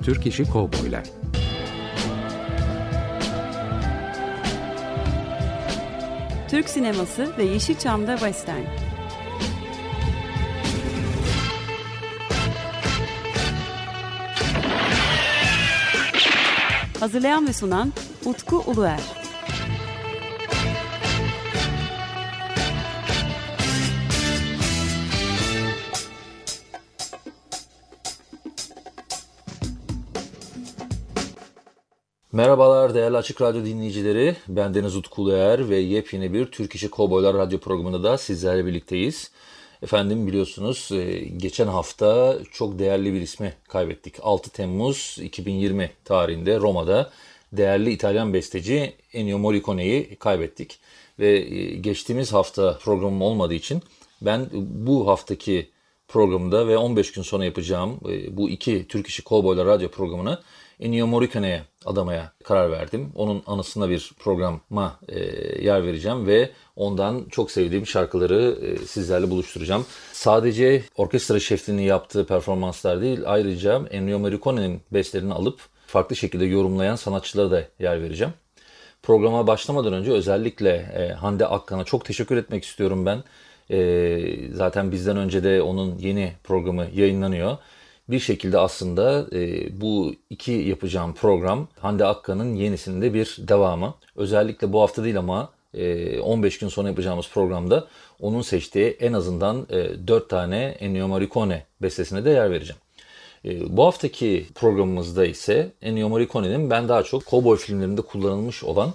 Türk İşi Kovboylar. Türk sineması ve Yeşilçam'da Western. Hazırlayan ve sunan Utku Uluer. Merhabalar değerli Açık Radyo dinleyicileri. Ben Deniz Utku Uluer ve yepyeni bir Türk İşi Kovboylar radyo programında da sizlerle birlikteyiz. Efendim biliyorsunuz geçen hafta çok değerli bir ismi kaybettik. 6 Temmuz 2020 tarihinde Roma'da değerli İtalyan besteci Ennio Morricone'yi kaybettik. Ve geçtiğimiz hafta programım olmadığı için ben bu haftaki programda ve 15 gün sonra yapacağım bu iki Türk İşi Kovboylar radyo programını Ennio Morricone'ye adamaya karar verdim. Onun anısına bir programa yer vereceğim ve ondan çok sevdiğim şarkıları sizlerle buluşturacağım. Sadece orkestra şefliğini yaptığı performanslar değil, ayrıca Ennio Morricone'nin bestelerini alıp farklı şekilde yorumlayan sanatçılara da yer vereceğim. Programa başlamadan önce özellikle Hande Akkan'a çok teşekkür etmek istiyorum ben. Zaten bizden önce de onun yeni programı yayınlanıyor. Bir şekilde aslında bu iki yapacağım program Hande Akkan'ın yenisinin de bir devamı. Özellikle bu hafta değil ama 15 gün sonra yapacağımız programda onun seçtiği en azından 4 tane Ennio Morricone bestesine de yer vereceğim. Bu haftaki programımızda ise Ennio Morricone'nin ben daha çok kovboy filmlerinde kullanılmış olan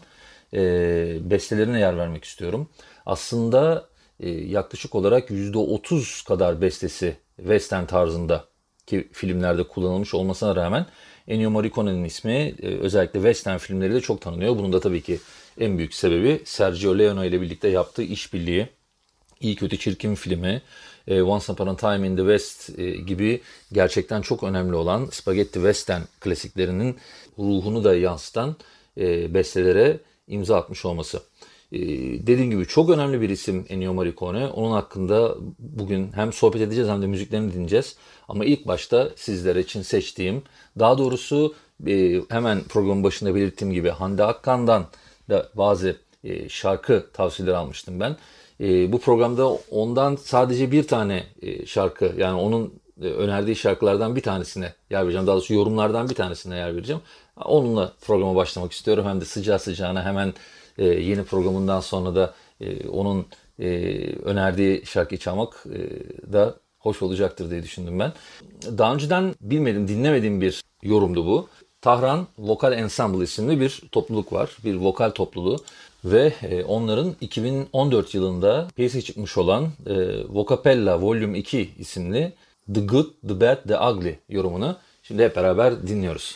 bestelerine yer vermek istiyorum. Aslında yaklaşık olarak %30 kadar bestesi western tarzında ki filmlerde kullanılmış olmasına rağmen Ennio Morricone'nin ismi özellikle western filmleriyle çok tanınıyor. Bunun da tabii ki en büyük sebebi Sergio Leone ile birlikte yaptığı işbirliği. İyi Kötü Çirkin filmi, Once Upon a Time in the West gibi gerçekten çok önemli olan Spaghetti Western klasiklerinin ruhunu da yansıtan bestelere imza atmış olması. Dediğim gibi çok önemli bir isim Ennio Morricone. Onun hakkında bugün hem sohbet edeceğiz hem de müziklerini dinleyeceğiz. Ama ilk başta sizler için seçtiğim, daha doğrusu hemen programın başında belirttiğim gibi Hande Akkan'dan da bazı şarkı tavsiyeleri almıştım ben. Bu programda ondan sadece bir tane şarkı, yani onun önerdiği şarkılardan bir tanesine yer vereceğim. Daha doğrusu yorumlardan bir tanesine yer vereceğim. Onunla programa başlamak istiyorum. Hem de sıcağı sıcağına hemen yeni programından sonra da onun önerdiği şarkıyı çalmak da hoş olacaktır diye düşündüm ben. Daha önceden dinlemediğim bir yorumdu bu. Tahran Vokal Ensemble isimli bir topluluk var. Bir vokal topluluğu. Ve onların 2014 yılında piyasaya çıkmış olan Vocapella Volume 2 isimli The Good, The Bad, The Ugly yorumunu şimdi hep beraber dinliyoruz.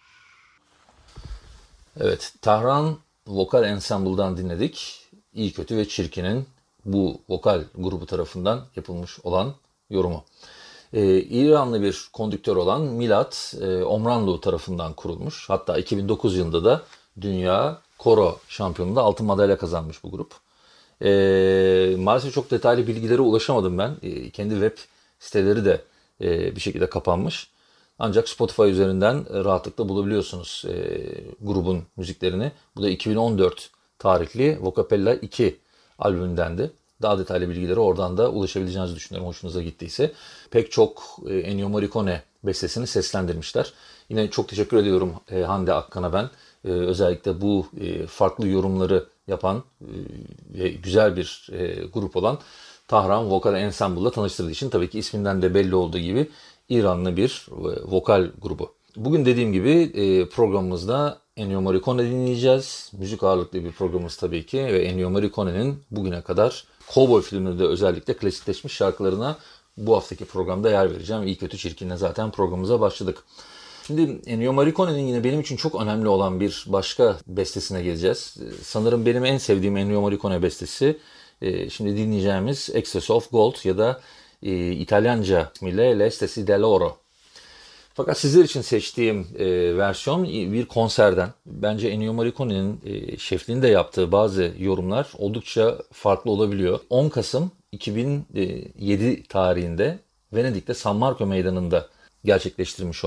Evet, Tahran Vokal Ensemble'dan dinledik. İyi Kötü ve Çirkin'in bu vokal grubu tarafından yapılmış olan yorumu. İranlı bir kondüktör olan Milat Omranlu tarafından kurulmuş. Hatta 2009 yılında da Dünya Koro Şampiyonluğu'nda altın madalya kazanmış bu grup. Maalesef çok detaylı bilgilere ulaşamadım ben. Kendi web siteleri de bir şekilde kapanmış. Ancak Spotify üzerinden rahatlıkla bulabiliyorsunuz grubun müziklerini. Bu da 2014 tarihli Vocapella 2 albümündendi. Daha detaylı bilgileri oradan da ulaşabileceğinizi düşünüyorum hoşunuza gittiyse. Pek çok Ennio Morricone bestesini seslendirmişler. Yine çok teşekkür ediyorum Hande Akkan'a ben. Özellikle bu farklı yorumları yapan ve güzel bir grup olan Tahran Vokal Ensemble'la tanıştırdığı için, tabii ki isminden de belli olduğu gibi İranlı bir vokal grubu. Bugün dediğim gibi programımızda Ennio Morricone dinleyeceğiz. Müzik ağırlıklı bir programımız tabii ki ve Ennio Morricone'nin bugüne kadar kovboy filmlerinde özellikle klasikleşmiş şarkılarına bu haftaki programda yer vereceğim. İyi Kötü Çirkin'le zaten programımıza başladık. Şimdi Ennio Morricone'nin yine benim için çok önemli olan bir başka bestesine geleceğiz. Sanırım benim en sevdiğim Ennio Morricone bestesi şimdi dinleyeceğimiz Excess of Gold ya da İtalyanca ismiyle L'Estasi dell'Oro. Fakat sizler için seçtiğim versiyon bir konserden. Bence Ennio Morricone'nin şefliğinde yaptığı bazı yorumlar oldukça farklı olabiliyor. 10 Kasım 2007 tarihinde Venedik'te San Marco Meydanı'nda gerçekleştirmiş olan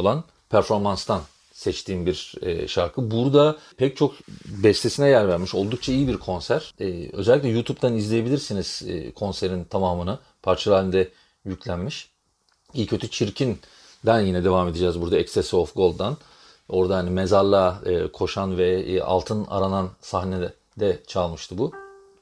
performanstan seçtiğim bir şarkı. Burada pek çok bestesine yer vermiş. Oldukça iyi bir konser. Özellikle YouTube'dan izleyebilirsiniz konserin tamamını. Parçalar halinde yüklenmiş. İyi Kötü Çirkin'den yine devam edeceğiz burada. Excess of Gold'dan. Orada hani mezarlığa koşan ve altın aranan sahnede de çalmıştı bu.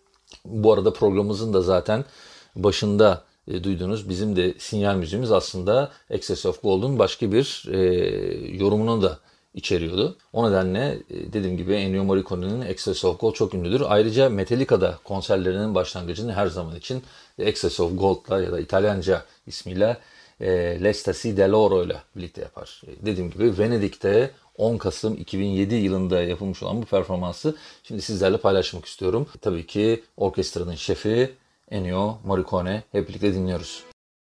Bu arada programımızın da zaten başında duyduğunuz bizim de sinyal müziğimiz aslında Excess of Gold'un başka bir yorumunu da içeriyordu. O nedenle dediğim gibi Ennio Morricone'nin Excess of Gold çok ünlüdür. Ayrıca Metallica'da konserlerinin başlangıcını her zaman için Excess of Gold'la ya da İtalyanca ismiyle L'Ecstasy dell'Oro ile birlikte yapar. Dediğim gibi Venedik'te 10 Kasım 2007 yılında yapılmış olan bu performansı şimdi sizlerle paylaşmak istiyorum. Tabii ki orkestranın şefi Ennio Morricone. Hep birlikte dinliyoruz.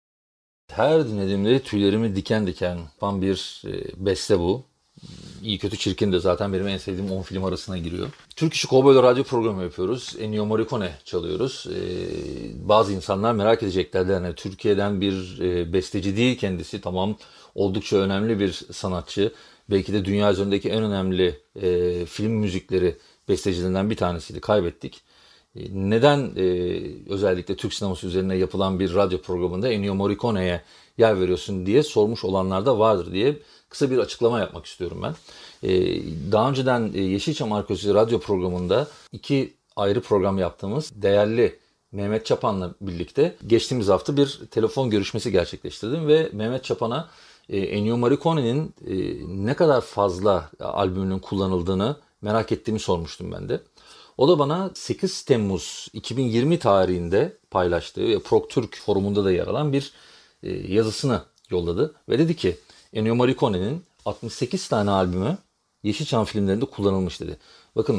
Her dinlediğimde tüylerimi diken diken yapan bir beste bu. İyi Kötü Çirkin de zaten benim en sevdiğim 10 film arasına giriyor. Türk İşi Kovboylar radyo programı yapıyoruz. Ennio Morricone çalıyoruz. Bazı insanlar merak edecekler. Yani Türkiye'den bir besteci değil kendisi. Tamam, oldukça önemli bir sanatçı. Belki de dünya üzerindeki en önemli film müzikleri bestecilerinden bir tanesiydi. Kaybettik. Neden özellikle Türk sineması üzerine yapılan bir radyo programında Ennio Morricone'ye yer veriyorsun diye sormuş olanlar da vardır diye kısa bir açıklama yapmak istiyorum ben. Daha önceden Yeşilçam Arkeolojisi radyo programında 2 ayrı program yaptığımız değerli Mehmet Çapan'la birlikte geçtiğimiz hafta bir telefon görüşmesi gerçekleştirdim ve Mehmet Çapan'a Ennio Morricone'nin ne kadar fazla albümünün kullanıldığını merak ettiğimi sormuştum ben de. O da bana 8 Temmuz 2020 tarihinde paylaştığı ve ProgTürk forumunda da yer alan bir yazısını yolladı. Ve dedi ki Ennio Morricone'nin 68 tane albümü Yeşilçam filmlerinde kullanılmış dedi. Bakın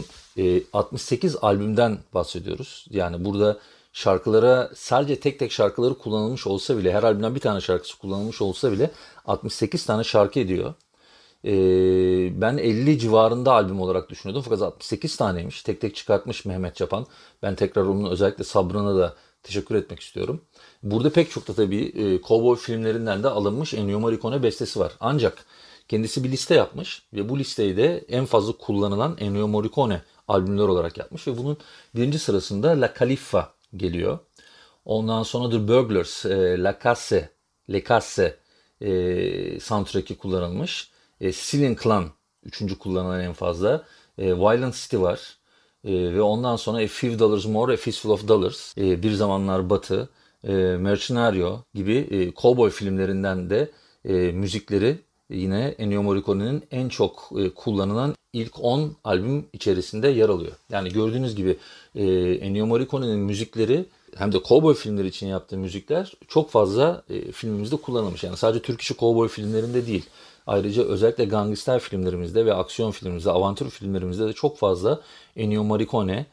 68 albümden bahsediyoruz. Yani burada şarkılara sadece tek tek şarkıları kullanılmış olsa bile, her albümden bir tane şarkısı kullanılmış olsa bile 68 tane şarkı ediyor. Ben 50 civarında albüm olarak düşünüyordum fakat 68 taneymiş. Tek tek çıkartmış Mehmet Çapan. Ben tekrar onun özellikle sabrına da teşekkür etmek istiyorum. Burada pek çok da tabii kovboy filmlerinden de alınmış Ennio Morricone bestesi var. Ancak kendisi bir liste yapmış ve bu listeyi de en fazla kullanılan Ennio Morricone albümler olarak yapmış ve bunun birinci sırasında La Califfa geliyor. Ondan sonra The Burglars, La Casse, Le Casse soundtrack'i kullanılmış. Sicilian Clan 3. kullanılan en fazla. Violent City var. Ve ondan sonra A Few Dollars More, A Fistful of Dollars, Bir Zamanlar Batı, Mercenario gibi cowboy filmlerinden de müzikleri yine Ennio Morricone'nin en çok kullanılan ilk 10 albüm içerisinde yer alıyor. Yani gördüğünüz gibi Ennio Morricone'nin müzikleri hem de cowboy filmleri için yaptığı müzikler çok fazla filmimizde kullanılmış. Yani sadece Türk işi cowboy filmlerinde değil. Ayrıca özellikle gangster filmlerimizde ve aksiyon filmlerimizde, avantür filmlerimizde de çok fazla Ennio Morricone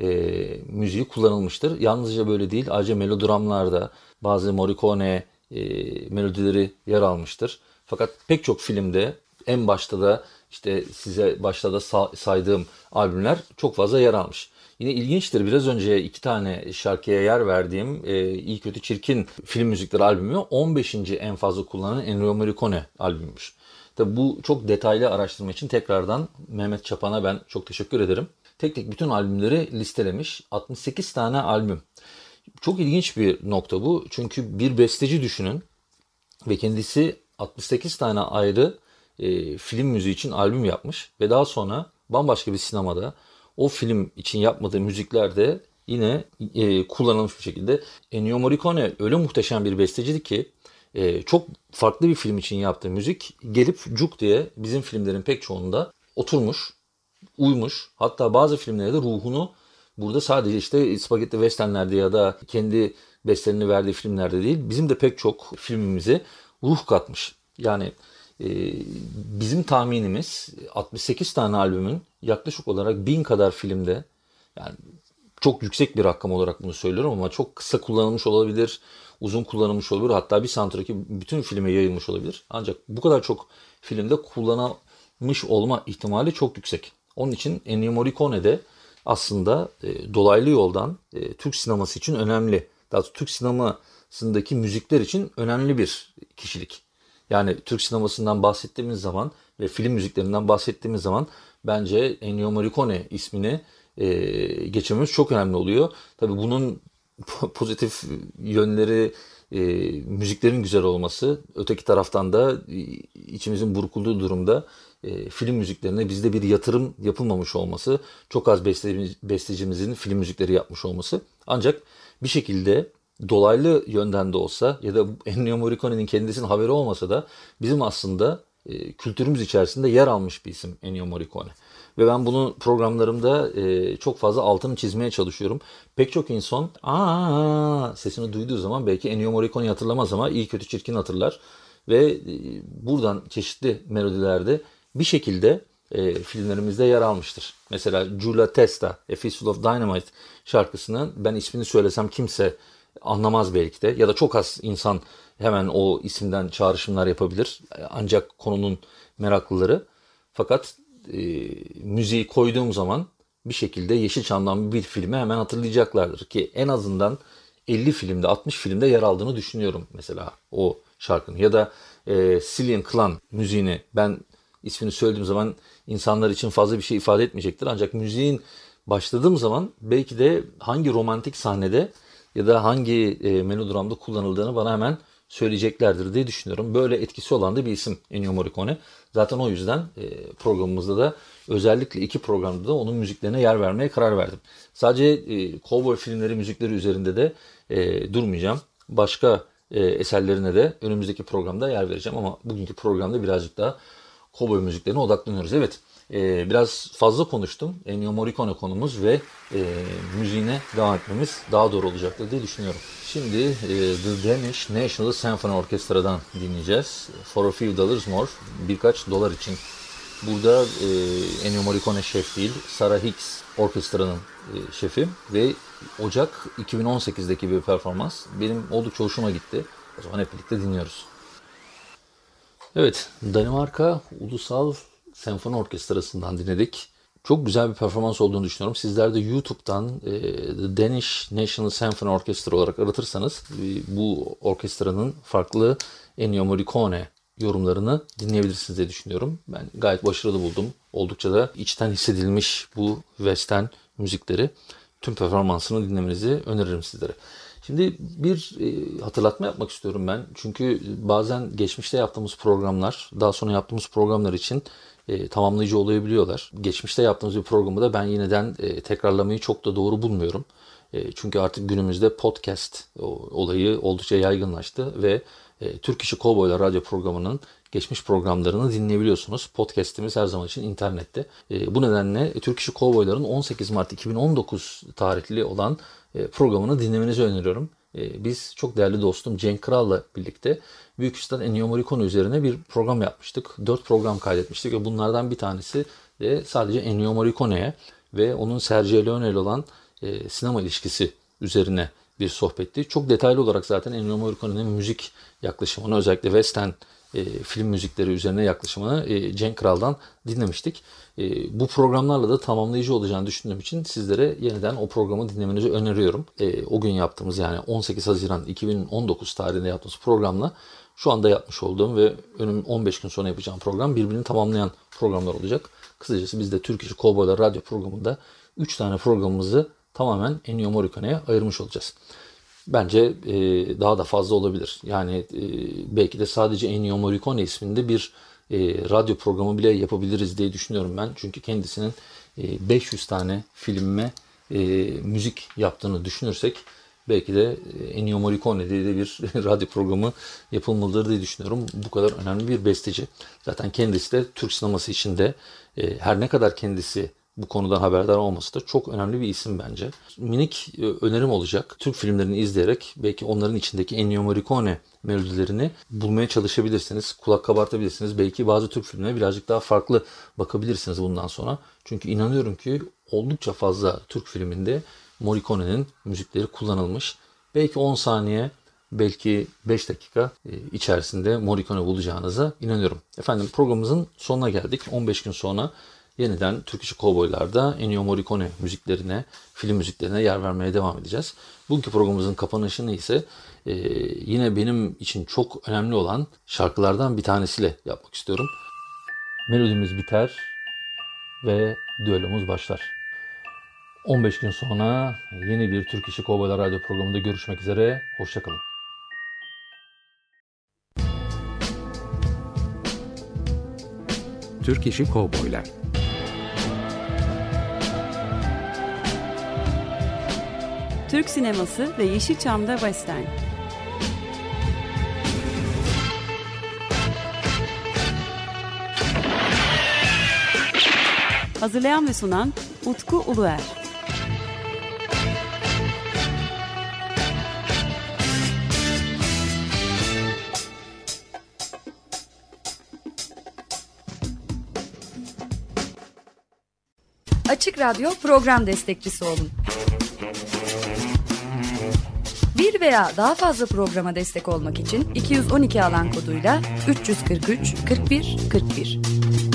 müziği kullanılmıştır. Yalnızca böyle değil, ayrıca melodramlarda bazı Morricone melodileri yer almıştır. Fakat pek çok filmde en başta da işte size başta da saydığım albümler çok fazla yer almış. Yine ilginçtir, biraz önce 2 tane şarkıya yer verdiğim İyi Kötü Çirkin film müzikleri albümü 15. en fazla kullanılan Ennio Morricone albümmüş. Tabi bu çok detaylı araştırma için tekrardan Mehmet Çapan'a ben çok teşekkür ederim. Tek tek bütün albümleri listelemiş. 68 tane albüm. Çok ilginç bir nokta bu. Çünkü bir besteci düşünün ve kendisi 68 tane ayrı film müziği için albüm yapmış ve daha sonra bambaşka bir sinemada o film için yapmadığı müzikler de yine kullanılmış bir şekilde. Ennio Morricone öyle muhteşem bir bestecidir ki çok farklı bir film için yaptığı müzik gelip cuk diye bizim filmlerin pek çoğunda oturmuş, uymuş. Hatta bazı filmlerde ruhunu burada sadece işte spagetti westernlerde ya da kendi bestelerini verdiği filmlerde değil, bizim de pek çok filmimize ruh katmış. Yani bizim tahminimiz 68 tane albümün yaklaşık olarak 1000 kadar filmde, yani çok yüksek bir rakam olarak bunu söylüyorum ama çok kısa kullanılmış olabilir, uzun kullanılmış olabilir. Hatta bir soundtrack'i bütün filme yayılmış olabilir. Ancak bu kadar çok filmde kullanılmış olma ihtimali çok yüksek. Onun için Ennio Morricone de aslında dolaylı yoldan Türk sineması için önemli. Daha doğrusu Türk sinemasındaki müzikler için önemli bir kişilik. Yani Türk sinemasından bahsettiğimiz zaman ve film müziklerinden bahsettiğimiz zaman bence Ennio Morricone ismini geçirmemiz çok önemli oluyor. Tabii bunun pozitif yönleri, müziklerin güzel olması, öteki taraftan da içimizin burkulduğu durumda film müziklerine bizde bir yatırım yapılmamış olması, çok az bestecimizin film müzikleri yapmış olması. Ancak bir şekilde dolaylı yönden de olsa ya da Ennio Morricone'nin kendisinin haberi olmasa da bizim aslında kültürümüz içerisinde yer almış bir isim Ennio Morricone. Ve ben bunu programlarımda çok fazla altını çizmeye çalışıyorum. Pek çok insan sesini duyduğu zaman belki Ennio Morricone'yi hatırlamaz ama iyi kötü çirkin hatırlar. Ve buradan çeşitli melodilerde bir şekilde filmlerimizde yer almıştır. Mesela Giulia Testa, A Fistful of Dynamite şarkısının ben ismini söylesem kimse anlamaz belki de. Ya da çok az insan hemen o isimden çağrışımlar yapabilir. Ancak konunun meraklıları. Fakat müziği koyduğum zaman bir şekilde Yeşilçam'dan bir filmi hemen hatırlayacaklardır. Ki en azından 50 filmde 60 filmde yer aldığını düşünüyorum mesela o şarkının. Ya da Cillian Clan müziğini ben ismini söylediğim zaman insanlar için fazla bir şey ifade etmeyecektir. Ancak müziğin başladığım zaman belki de hangi romantik sahnede ya da hangi melodramda kullanıldığını bana hemen söyleyeceklerdir diye düşünüyorum. Böyle etkisi olan da bir isim Ennio Morricone. Zaten o yüzden programımızda da özellikle 2 programda da onun müziklerine yer vermeye karar verdim. Sadece cowboy filmleri müzikleri üzerinde de durmayacağım. Başka eserlerine de önümüzdeki programda yer vereceğim ama bugünkü programda birazcık daha cowboy müziklerine odaklanıyoruz. Evet, biraz fazla konuştum. Ennio Morricone konumuz ve müziğine devam etmemiz daha doğru olacaktır diye düşünüyorum. Şimdi The Danish National Symphony Orchestra'dan dinleyeceğiz. For a Few Dollars More, birkaç dolar için. Burada Ennio Morricone şef değil, Sarah Hicks orkestranın şefi ve Ocak 2018'deki bir performans. Benim oldukça hoşuma gitti. O zaman hep birlikte dinliyoruz. Evet, Danimarka Ulusal Senfoni Orkestrası'ndan dinledik. Çok güzel bir performans olduğunu düşünüyorum. Sizler de YouTube'dan The Danish National Symphony Orchestra olarak aratırsanız bu orkestranın farklı Ennio Morricone yorumlarını dinleyebilirsiniz diye düşünüyorum. Ben gayet başarılı buldum. Oldukça da içten hissedilmiş bu western müzikleri. Tüm performansını dinlemenizi öneririm sizlere. Şimdi bir hatırlatma yapmak istiyorum ben. Çünkü bazen geçmişte yaptığımız programlar, daha sonra yaptığımız programlar için tamamlayıcı olabiliyorlar. Geçmişte yaptığımız bir programı da ben yeniden tekrarlamayı çok da doğru bulmuyorum. Çünkü artık günümüzde podcast olayı oldukça yaygınlaştı ve Türk İşi Kovboylar radyo programının geçmiş programlarını dinleyebiliyorsunuz. Podcast'imiz her zaman için internette. Bu nedenle Türk İşi Kovboylar'ın 18 Mart 2019 tarihli olan programını dinlemenizi öneriyorum. Biz çok değerli dostum Cenk Kral'la birlikte Büyük Üstad Ennio Morricone üzerine bir program yapmıştık. 4 program kaydetmiştik ve bunlardan bir tanesi de sadece Ennio Morricone'ye ve onun Sergio Leone ile olan sinema ilişkisi üzerine bir sohbetti. Çok detaylı olarak zaten Ennio Morricone'nin müzik yaklaşımını, özellikle western film müzikleri üzerine yaklaşımını Cenk Kral'dan dinlemiştik. Bu programlarla da tamamlayıcı olacağını düşündüğüm için sizlere yeniden o programı dinlemenizi öneriyorum. O gün yaptığımız, yani 18 Haziran 2019 tarihinde yaptığımız programla şu anda yapmış olduğum ve önüm 15 gün sonra yapacağım program birbirini tamamlayan programlar olacak. Kısacası biz de Türk İşi Kovboylar radyo programında 3 tane programımızı tamamen Ennio Morricone'ye ayırmış olacağız. Bence daha da fazla olabilir. Yani belki de sadece Ennio Morricone isminde bir radyo programı bile yapabiliriz diye düşünüyorum ben. Çünkü kendisinin 500 tane filme müzik yaptığını düşünürsek belki de Ennio Morricone diye de bir radyo programı yapılmalıdır diye düşünüyorum. Bu kadar önemli bir besteci. Zaten kendisi de Türk sineması içinde her ne kadar kendisi bu konudan haberdar olması da çok önemli bir isim bence. Minik önerim olacak. Türk filmlerini izleyerek belki onların içindeki Ennio Morricone melodilerini bulmaya çalışabilirsiniz. Kulak kabartabilirsiniz. Belki bazı Türk filmlerine birazcık daha farklı bakabilirsiniz bundan sonra. Çünkü inanıyorum ki oldukça fazla Türk filminde Morricone'nin müzikleri kullanılmış. Belki 10 saniye, belki 5 dakika içerisinde Morricone bulacağınıza inanıyorum. Efendim, programımızın sonuna geldik. 15 gün sonra yeniden Türk İşi Kovboylar'da Ennio Morricone müziklerine, film müziklerine yer vermeye devam edeceğiz. Bugünkü programımızın kapanışını ise yine benim için çok önemli olan şarkılardan bir tanesiyle yapmak istiyorum. Melodimiz biter ve düellomuz başlar. 15 gün sonra yeni bir Türk İşi Kovboylar Radyo programında görüşmek üzere. Hoşçakalın. Türk İşi Kovboylar. Türk sineması ve Yeşilçam'da Western. Hazırlayan ve sunan Utku Uluer. Açık Radyo program destekçisi olun. Bir veya daha fazla programa destek olmak için 212 alan koduyla 343 41 41.